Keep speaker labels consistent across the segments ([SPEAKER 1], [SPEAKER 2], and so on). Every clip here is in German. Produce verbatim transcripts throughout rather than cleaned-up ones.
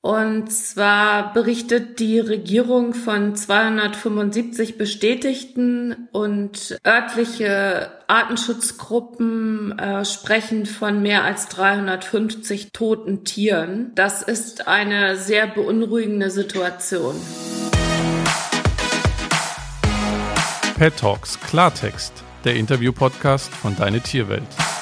[SPEAKER 1] Und zwar berichtet die Regierung von zweihundertfünfundsiebzig bestätigten und örtliche Artenschutzgruppen äh, sprechen von mehr als dreihundertfünfzig toten Tieren. Das ist eine sehr beunruhigende Situation.
[SPEAKER 2] Pet Talks Klartext, der Interview-Podcast von Deine Tierwelt.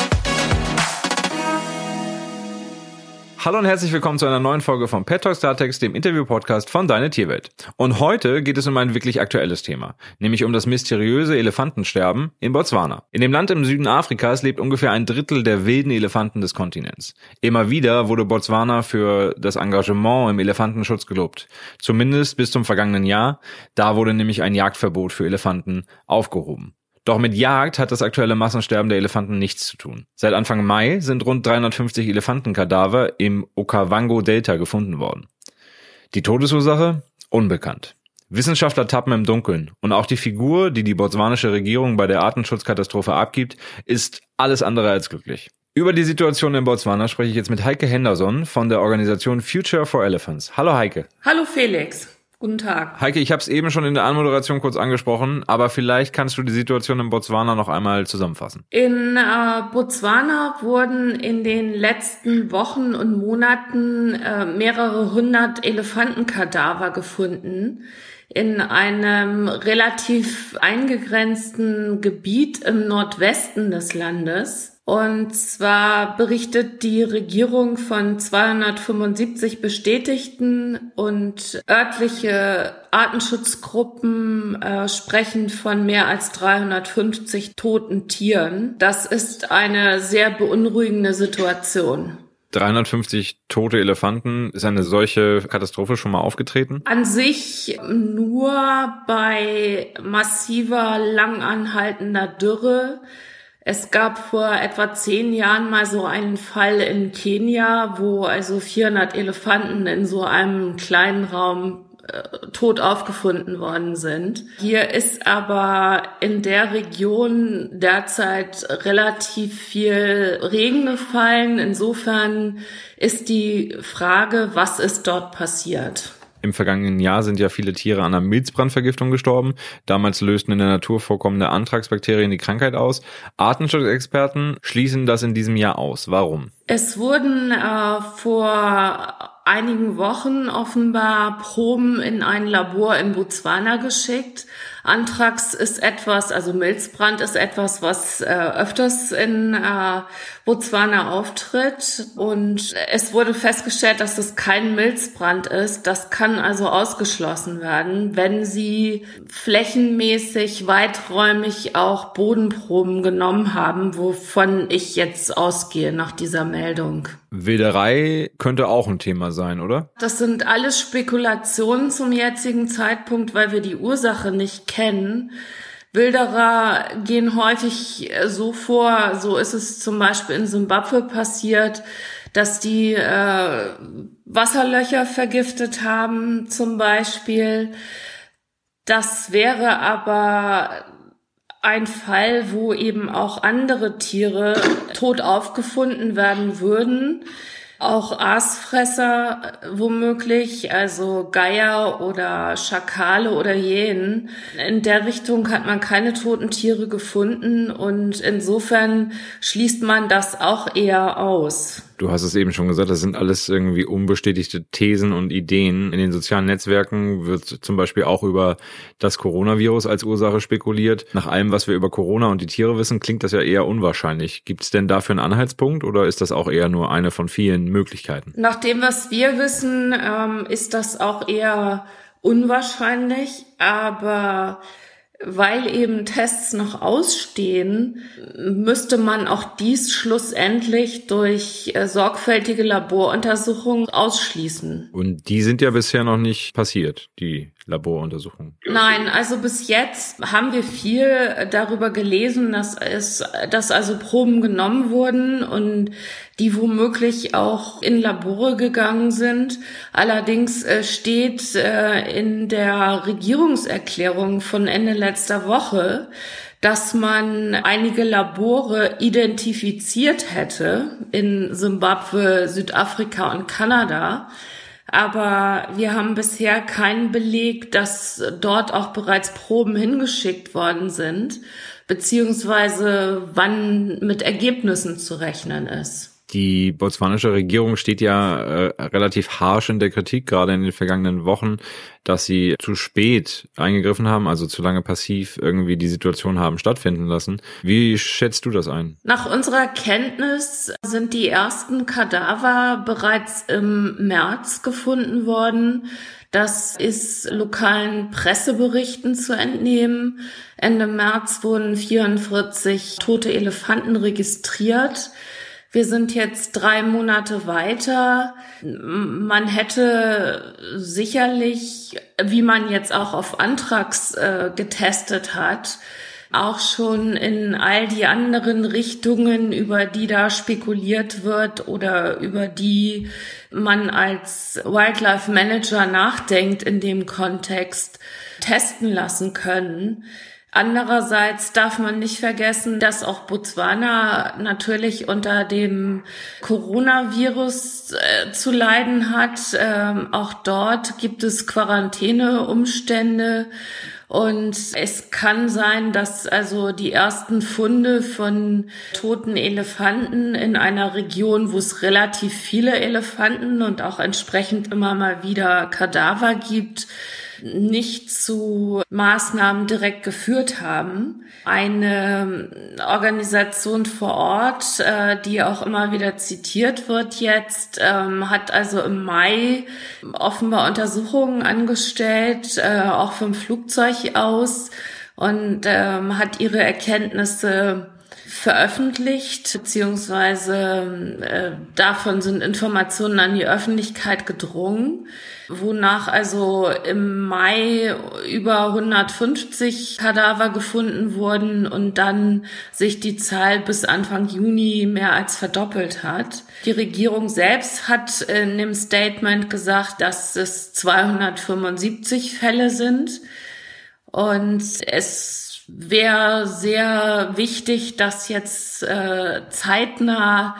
[SPEAKER 3] Hallo und herzlich willkommen zu einer neuen Folge von Pet Talks Klartext, dem Interview-Podcast von Deine Tierwelt. Und heute geht es um ein wirklich aktuelles Thema, nämlich um das mysteriöse Elefantensterben in Botswana. In dem Land im Süden Afrikas lebt ungefähr ein Drittel der wilden Elefanten des Kontinents. Immer wieder wurde Botswana für das Engagement im Elefantenschutz gelobt. Zumindest bis zum vergangenen Jahr. Da wurde nämlich ein Jagdverbot für Elefanten aufgehoben. Doch mit Jagd hat das aktuelle Massensterben der Elefanten nichts zu tun. Seit Anfang Mai sind rund dreihundertfünfzig Elefantenkadaver im Okavango-Delta gefunden worden. Die Todesursache? Unbekannt. Wissenschaftler tappen im Dunkeln und auch die Figur, die die botswanische Regierung bei der Artenschutzkatastrophe abgibt, ist alles andere als glücklich. Über die Situation in Botswana spreche ich jetzt mit Heike Henderson von der Organisation Future for Elephants. Hallo Heike.
[SPEAKER 1] Hallo Felix. Guten Tag.
[SPEAKER 3] Heike, ich habe es eben schon in der Anmoderation kurz angesprochen, aber vielleicht kannst du die Situation in Botswana noch einmal zusammenfassen.
[SPEAKER 1] In äh, Botswana wurden in den letzten Wochen und Monaten äh, mehrere hundert Elefantenkadaver gefunden in einem relativ eingegrenzten Gebiet im Nordwesten des Landes. Und zwar berichtet die Regierung von zweihundertfünfundsiebzig bestätigten und örtliche Artenschutzgruppen äh, sprechen von mehr als dreihundertfünfzig toten Tieren. Das ist eine sehr beunruhigende Situation.
[SPEAKER 3] dreihundertfünfzig tote Elefanten. Ist eine solche Katastrophe schon mal aufgetreten?
[SPEAKER 1] An sich nur bei massiver, langanhaltender Dürre. Es gab vor etwa zehn Jahren mal so einen Fall in Kenia, wo also vierhundert Elefanten in so einem kleinen Raum äh, tot aufgefunden worden sind. Hier ist aber in der Region derzeit relativ viel Regen gefallen. Insofern ist die Frage, was ist dort passiert?
[SPEAKER 3] Im vergangenen Jahr sind ja viele Tiere an einer Milzbrandvergiftung gestorben. Damals lösten in der Natur vorkommende Anthrax-Bakterien die Krankheit aus. Artenschutzexperten schließen das in diesem Jahr aus. Warum?
[SPEAKER 1] Es wurden äh, vor einigen Wochen offenbar Proben in ein Labor in Botswana geschickt. Anthrax ist etwas, also Milzbrand ist etwas, was äh, öfters in äh, Botswana auftritt. Und es wurde festgestellt, dass es kein Milzbrand ist. Das kann also ausgeschlossen werden, wenn sie flächenmäßig, weiträumig auch Bodenproben genommen haben, wovon ich jetzt ausgehe nach dieser Meldung.
[SPEAKER 3] Wilderei könnte auch ein Thema sein, oder?
[SPEAKER 1] Das sind alles Spekulationen zum jetzigen Zeitpunkt, weil wir die Ursache nicht kennen. Wilderer gehen häufig so vor, so ist es zum Beispiel in Simbabwe passiert, dass die äh, Wasserlöcher vergiftet haben zum Beispiel. Das wäre aber ein Fall, wo eben auch andere Tiere tot aufgefunden werden würden. Auch Aasfresser womöglich, also Geier oder Schakale oder Hyänen. In der Richtung hat man keine toten Tiere gefunden und insofern schließt man das auch eher aus.
[SPEAKER 3] Du hast es eben schon gesagt, das sind alles irgendwie unbestätigte Thesen und Ideen. In den sozialen Netzwerken wird zum Beispiel auch über das Coronavirus als Ursache spekuliert. Nach allem, was wir über Corona und die Tiere wissen, klingt das ja eher unwahrscheinlich. Gibt es denn dafür einen Anhaltspunkt oder ist das auch eher nur eine von vielen Möglichkeiten?
[SPEAKER 1] Nach dem, was wir wissen, ähm, ist das auch eher unwahrscheinlich, aber weil eben Tests noch ausstehen, müsste man auch dies schlussendlich durch äh, sorgfältige Laboruntersuchungen ausschließen.
[SPEAKER 3] Und die sind ja bisher noch nicht passiert, die Laboruntersuchungen.
[SPEAKER 1] Nein, also bis jetzt haben wir viel darüber gelesen, dass es, dass also Proben genommen wurden und die womöglich auch in Labore gegangen sind. Allerdings äh, steht äh, in der Regierungserklärung von Ende letzter Woche, dass man einige Labore identifiziert hätte in Simbabwe, Südafrika und Kanada. Aber wir haben bisher keinen Beleg, dass dort auch bereits Proben hingeschickt worden sind, beziehungsweise wann mit Ergebnissen zu rechnen ist.
[SPEAKER 3] Die botswanische Regierung steht ja äh, relativ harsch in der Kritik, gerade in den vergangenen Wochen, dass sie zu spät eingegriffen haben, also zu lange passiv irgendwie die Situation haben stattfinden lassen. Wie schätzt du das ein?
[SPEAKER 1] Nach unserer Kenntnis sind die ersten Kadaver bereits im März gefunden worden. Das ist lokalen Presseberichten zu entnehmen. Ende März wurden vierundvierzig tote Elefanten registriert. Wir sind jetzt drei Monate weiter. Man hätte sicherlich, wie man jetzt auch auf Anthrax äh, getestet hat, auch schon in all die anderen Richtungen, über die da spekuliert wird oder über die man als Wildlife Manager nachdenkt in dem Kontext, testen lassen können. Andererseits darf man nicht vergessen, dass auch Botswana natürlich unter dem Coronavirus äh, zu leiden hat. Ähm, auch dort gibt es Quarantäneumstände. Und es kann sein, dass also die ersten Funde von toten Elefanten in einer Region, wo es relativ viele Elefanten und auch entsprechend immer mal wieder Kadaver gibt, nicht zu Maßnahmen direkt geführt haben. Eine Organisation vor Ort, die auch immer wieder zitiert wird jetzt, hat also im Mai offenbar Untersuchungen angestellt, auch vom Flugzeug aus, und hat ihre Erkenntnisse veröffentlicht, beziehungsweise äh, davon sind Informationen an die Öffentlichkeit gedrungen, wonach also im Mai über hundertfünfzig Kadaver gefunden wurden und dann sich die Zahl bis Anfang Juni mehr als verdoppelt hat. Die Regierung selbst hat in dem Statement gesagt, dass es zweihundertfünfundsiebzig Fälle sind, und es wäre sehr wichtig, dass jetzt äh, zeitnah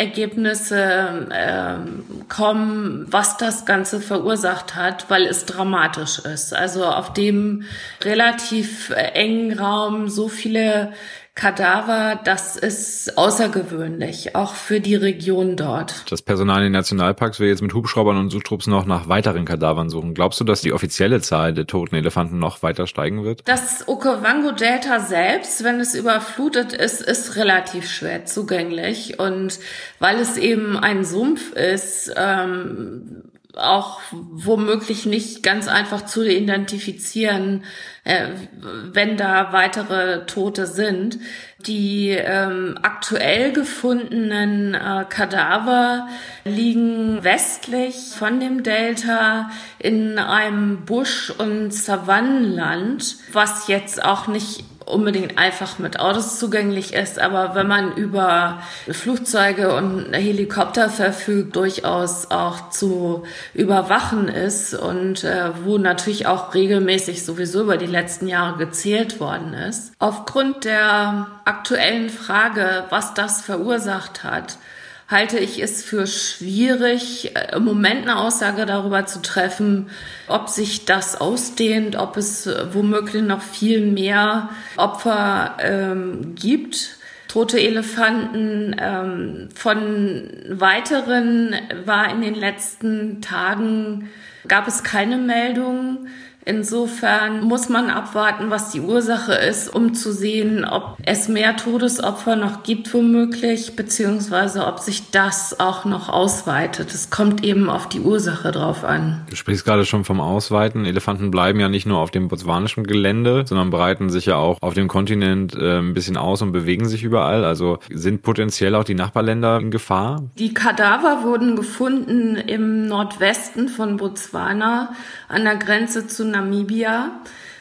[SPEAKER 1] Ergebnisse äh, kommen, was das Ganze verursacht hat, weil es dramatisch ist. Also auf dem relativ engen Raum so viele Kadaver, das ist außergewöhnlich, auch für die Region dort.
[SPEAKER 3] Das Personal in den Nationalparks will jetzt mit Hubschraubern und Suchtrupps noch nach weiteren Kadavern suchen. Glaubst du, dass die offizielle Zahl der toten Elefanten noch weiter steigen wird?
[SPEAKER 1] Das Okavango-Delta selbst, wenn es überflutet ist, ist relativ schwer zugänglich. Und weil es eben ein Sumpf ist, ähm, auch womöglich nicht ganz einfach zu identifizieren, äh, wenn da weitere Tote sind. Die ähm, aktuell gefundenen äh, Kadaver liegen westlich von dem Delta in einem Busch- und Savannenland, was jetzt auch nicht unbedingt einfach mit Autos zugänglich ist, aber wenn man über Flugzeuge und Helikopter verfügt, durchaus auch zu überwachen ist, und äh, wo natürlich auch regelmäßig sowieso über die letzten Jahre gezählt worden ist. Aufgrund der aktuellen Frage, was das verursacht hat, halte ich es für schwierig, im Moment eine Aussage darüber zu treffen, ob sich das ausdehnt, ob es womöglich noch viel mehr Opfer ähm, gibt. Tote Elefanten. Ähm, von weiteren war in den letzten Tagen, gab es keine Meldungen. Insofern muss man abwarten, was die Ursache ist, um zu sehen, ob es mehr Todesopfer noch gibt womöglich, beziehungsweise ob sich das auch noch ausweitet. Es kommt eben auf die Ursache drauf an.
[SPEAKER 3] Du sprichst gerade schon vom Ausweiten. Elefanten bleiben ja nicht nur auf dem botswanischen Gelände, sondern breiten sich ja auch auf dem Kontinent äh, ein bisschen aus und bewegen sich überall. Also sind potenziell auch die Nachbarländer in Gefahr?
[SPEAKER 1] Die Kadaver wurden gefunden im Nordwesten von Botswana an der Grenze zu Namibia.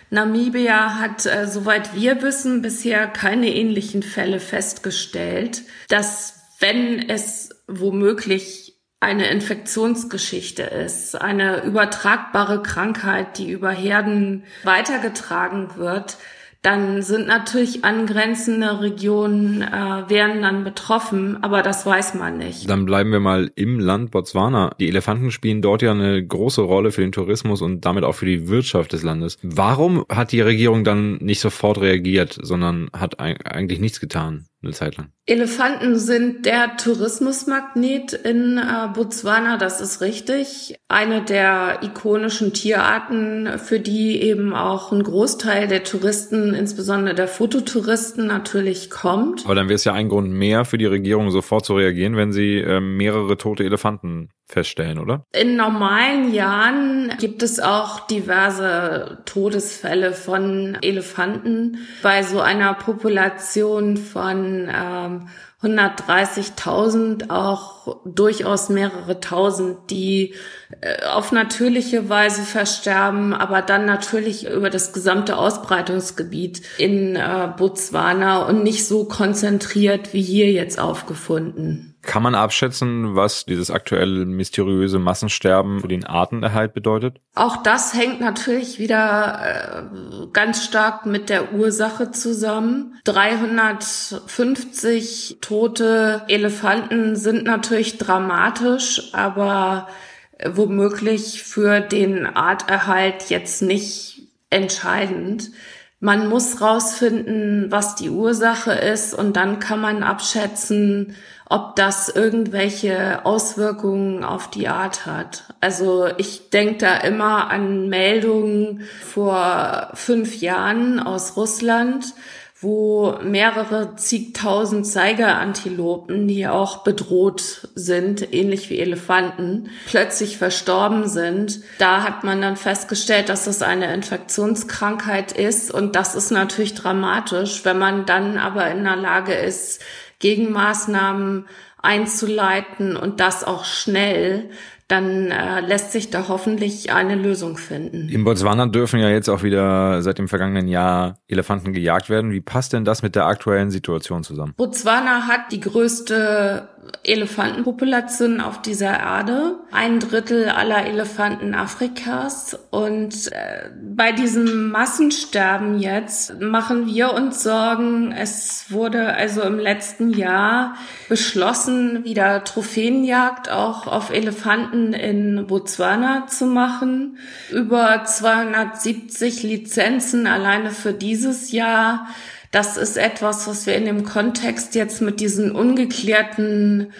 [SPEAKER 1] Namibia hat, äh, soweit wir wissen, bisher keine ähnlichen Fälle festgestellt, dass, wenn es womöglich eine Infektionsgeschichte ist, eine übertragbare Krankheit, die über Herden weitergetragen wird, dann sind natürlich angrenzende Regionen, äh, wären dann betroffen, aber das weiß man nicht.
[SPEAKER 3] Dann bleiben wir mal im Land Botswana. Die Elefanten spielen dort ja eine große Rolle für den Tourismus und damit auch für die Wirtschaft des Landes. Warum hat die Regierung dann nicht sofort reagiert, sondern hat eigentlich nichts getan? Eine Zeit lang.
[SPEAKER 1] Elefanten sind der Tourismusmagnet in äh, Botswana, das ist richtig. Eine der ikonischen Tierarten, für die eben auch ein Großteil der Touristen, insbesondere der Fototouristen, natürlich kommt.
[SPEAKER 3] Aber dann wäre es ja ein Grund mehr für die Regierung, sofort zu reagieren, wenn sie äh, mehrere tote Elefanten feststellen, oder?
[SPEAKER 1] In normalen Jahren gibt es auch diverse Todesfälle von Elefanten. Bei so einer Population von ähm, hundertdreißigtausend auch durchaus mehrere Tausend, die äh, auf natürliche Weise versterben, aber dann natürlich über das gesamte Ausbreitungsgebiet in äh, Botswana und nicht so konzentriert wie hier jetzt aufgefunden.
[SPEAKER 3] Kann man abschätzen, was dieses aktuelle mysteriöse Massensterben für den Artenerhalt bedeutet?
[SPEAKER 1] Auch das hängt natürlich wieder äh, ganz stark mit der Ursache zusammen. dreihundertfünfzig tote Elefanten sind natürlich dramatisch, aber äh, womöglich für den Arterhalt jetzt nicht entscheidend. Man muss rausfinden, was die Ursache ist, und dann kann man abschätzen, ob das irgendwelche Auswirkungen auf die Art hat. Also ich denke da immer an Meldungen vor fünf Jahren aus Russland, wo mehrere zigtausend Zeigerantilopen, die auch bedroht sind, ähnlich wie Elefanten, plötzlich verstorben sind. Da hat man dann festgestellt, dass das eine Infektionskrankheit ist, und das ist natürlich dramatisch. Wenn man dann aber in der Lage ist, Gegenmaßnahmen einzuleiten und das auch schnell, dann äh, lässt sich da hoffentlich eine Lösung finden.
[SPEAKER 3] In Botswana dürfen ja jetzt auch wieder seit dem vergangenen Jahr Elefanten gejagt werden. Wie passt denn das mit der aktuellen Situation zusammen?
[SPEAKER 1] Botswana hat die größte Elefantenpopulation auf dieser Erde, ein Drittel aller Elefanten Afrikas, und äh, bei diesem Massensterben jetzt machen wir uns Sorgen. Es wurde also im letzten Jahr beschlossen, wieder Trophäenjagd auch auf Elefanten in Botswana zu machen. Über zweihundertsiebzig Lizenzen alleine für dieses Jahr. Das ist etwas, was wir in dem Kontext jetzt mit diesen ungeklärten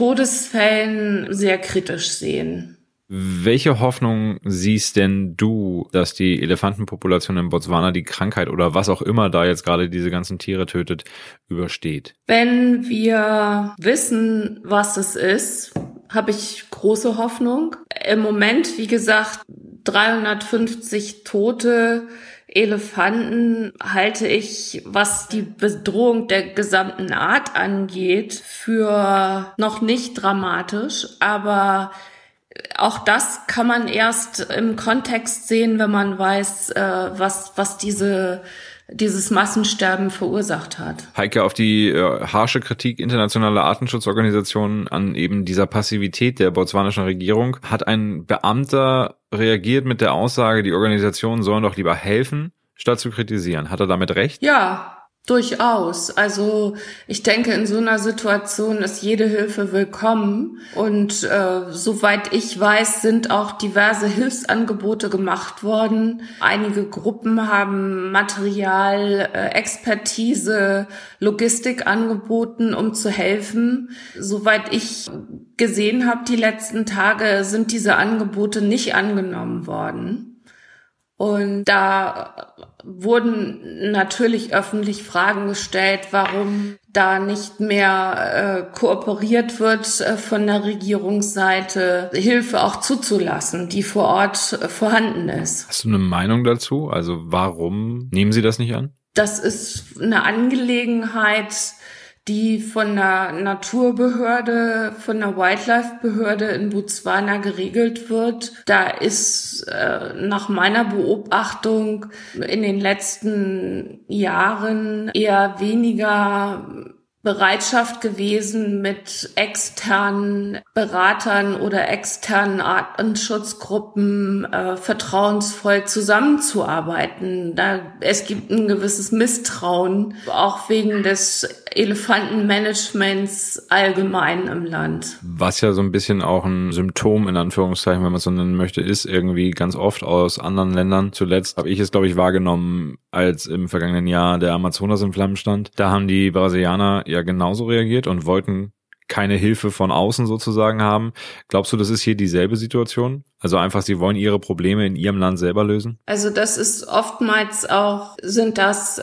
[SPEAKER 1] Todesfällen sehr kritisch sehen.
[SPEAKER 3] Welche Hoffnung siehst denn du, dass die Elefantenpopulation in Botswana die Krankheit oder was auch immer da jetzt gerade diese ganzen Tiere tötet, übersteht?
[SPEAKER 1] Wenn wir wissen, was es ist, habe ich große Hoffnung. Im Moment, wie gesagt, dreihundertfünfzig Tote Elefanten halte ich, was die Bedrohung der gesamten Art angeht, für noch nicht dramatisch. Aber auch das kann man erst im Kontext sehen, wenn man weiß, äh, was, was diese dieses Massensterben verursacht hat.
[SPEAKER 3] Heike, auf die äh, harsche Kritik internationaler Artenschutzorganisationen an eben dieser Passivität der botswanischen Regierung hat ein Beamter reagiert mit der Aussage, die Organisationen sollen doch lieber helfen, statt zu kritisieren. Hat er damit recht?
[SPEAKER 1] Ja, durchaus. Also ich denke, in so einer Situation ist jede Hilfe willkommen. Und äh, soweit ich weiß, sind auch diverse Hilfsangebote gemacht worden. Einige Gruppen haben Material, äh, Expertise, Logistik angeboten, um zu helfen. Soweit ich gesehen habe, die letzten Tage sind diese Angebote nicht angenommen worden. Und da wurden natürlich öffentlich Fragen gestellt, warum da nicht mehr äh, kooperiert wird äh, von der Regierungsseite, Hilfe auch zuzulassen, die vor Ort äh, vorhanden ist.
[SPEAKER 3] Hast du eine Meinung dazu? Also warum nehmen Sie das nicht an?
[SPEAKER 1] Das ist eine Angelegenheit, die von der Naturbehörde, von der Wildlife-Behörde in Botswana geregelt wird. Da ist äh, nach meiner Beobachtung in den letzten Jahren eher weniger Bereitschaft gewesen, mit externen Beratern oder externen Artenschutzgruppen äh, vertrauensvoll zusammenzuarbeiten. Da, es gibt ein gewisses Misstrauen, auch wegen des Elefantenmanagements allgemein im Land.
[SPEAKER 3] Was ja so ein bisschen auch ein Symptom, in Anführungszeichen, wenn man es so nennen möchte, ist irgendwie ganz oft aus anderen Ländern. Zuletzt habe ich es, glaube ich, wahrgenommen, als im vergangenen Jahr der Amazonas in Flammen stand. Da haben die Brasilianer ja genauso reagiert und wollten keine Hilfe von außen sozusagen haben. Glaubst du, das ist hier dieselbe Situation? Also einfach, sie wollen ihre Probleme in ihrem Land selber lösen?
[SPEAKER 1] Also das ist oftmals auch, sind das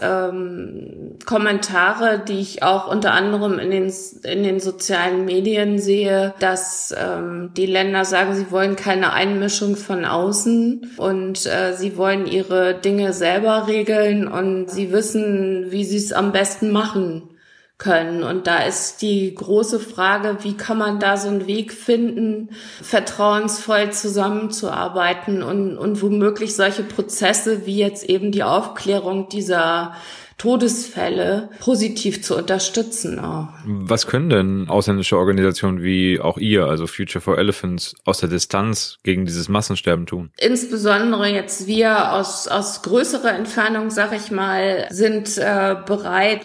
[SPEAKER 1] ähm, Kommentare, die ich auch unter anderem in den in den sozialen Medien sehe, dass ähm, die Länder sagen, sie wollen keine Einmischung von außen und äh, sie wollen ihre Dinge selber regeln und sie wissen, wie sie es am besten machen können. Und da ist die große Frage, wie kann man da so einen Weg finden, vertrauensvoll zusammenzuarbeiten und, und womöglich solche Prozesse wie jetzt eben die Aufklärung dieser Todesfälle positiv zu unterstützen auch.
[SPEAKER 3] Was können denn ausländische Organisationen wie auch ihr, also Future for Elephants, aus der Distanz gegen dieses Massensterben tun?
[SPEAKER 1] Insbesondere jetzt wir aus aus größerer Entfernung, sag ich mal, sind äh, bereit,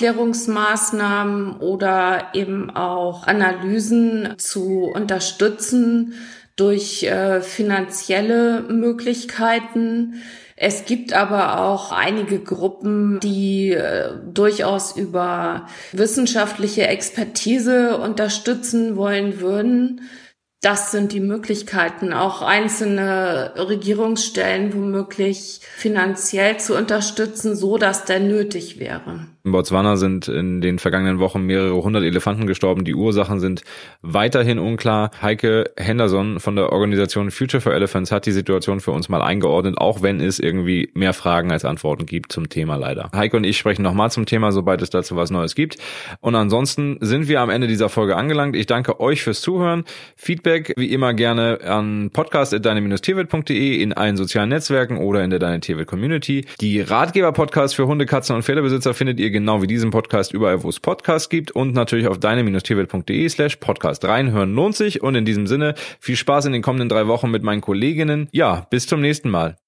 [SPEAKER 1] Aufklärungsmaßnahmen oder eben auch Analysen zu unterstützen durch äh, finanzielle Möglichkeiten. Es gibt aber auch einige Gruppen, die äh, durchaus über wissenschaftliche Expertise unterstützen wollen würden. Das sind die Möglichkeiten, auch einzelne Regierungsstellen womöglich finanziell zu unterstützen, so dass der nötig wäre.
[SPEAKER 3] In Botswana sind in den vergangenen Wochen mehrere hundert Elefanten gestorben. Die Ursachen sind weiterhin unklar. Heike Henderson von der Organisation Future for Elephants hat die Situation für uns mal eingeordnet, auch wenn es irgendwie mehr Fragen als Antworten gibt zum Thema leider. Heike und ich sprechen nochmal zum Thema, sobald es dazu was Neues gibt. Und ansonsten sind wir am Ende dieser Folge angelangt. Ich danke euch fürs Zuhören. Feedback wie immer gerne an podcast at deine Bindestrich tierwelt punkt de in allen sozialen Netzwerken oder in der Deine Tierwelt Community. Die Ratgeber-Podcasts für Hunde, Katzen und Pferdebesitzer findet ihr genau wie diesen Podcast überall, wo es Podcasts gibt und natürlich auf deine Bindestrich tierwelt punkt de slash podcast. Reinhören lohnt sich und in diesem Sinne viel Spaß in den kommenden drei Wochen mit meinen Kolleginnen. Ja, bis zum nächsten Mal.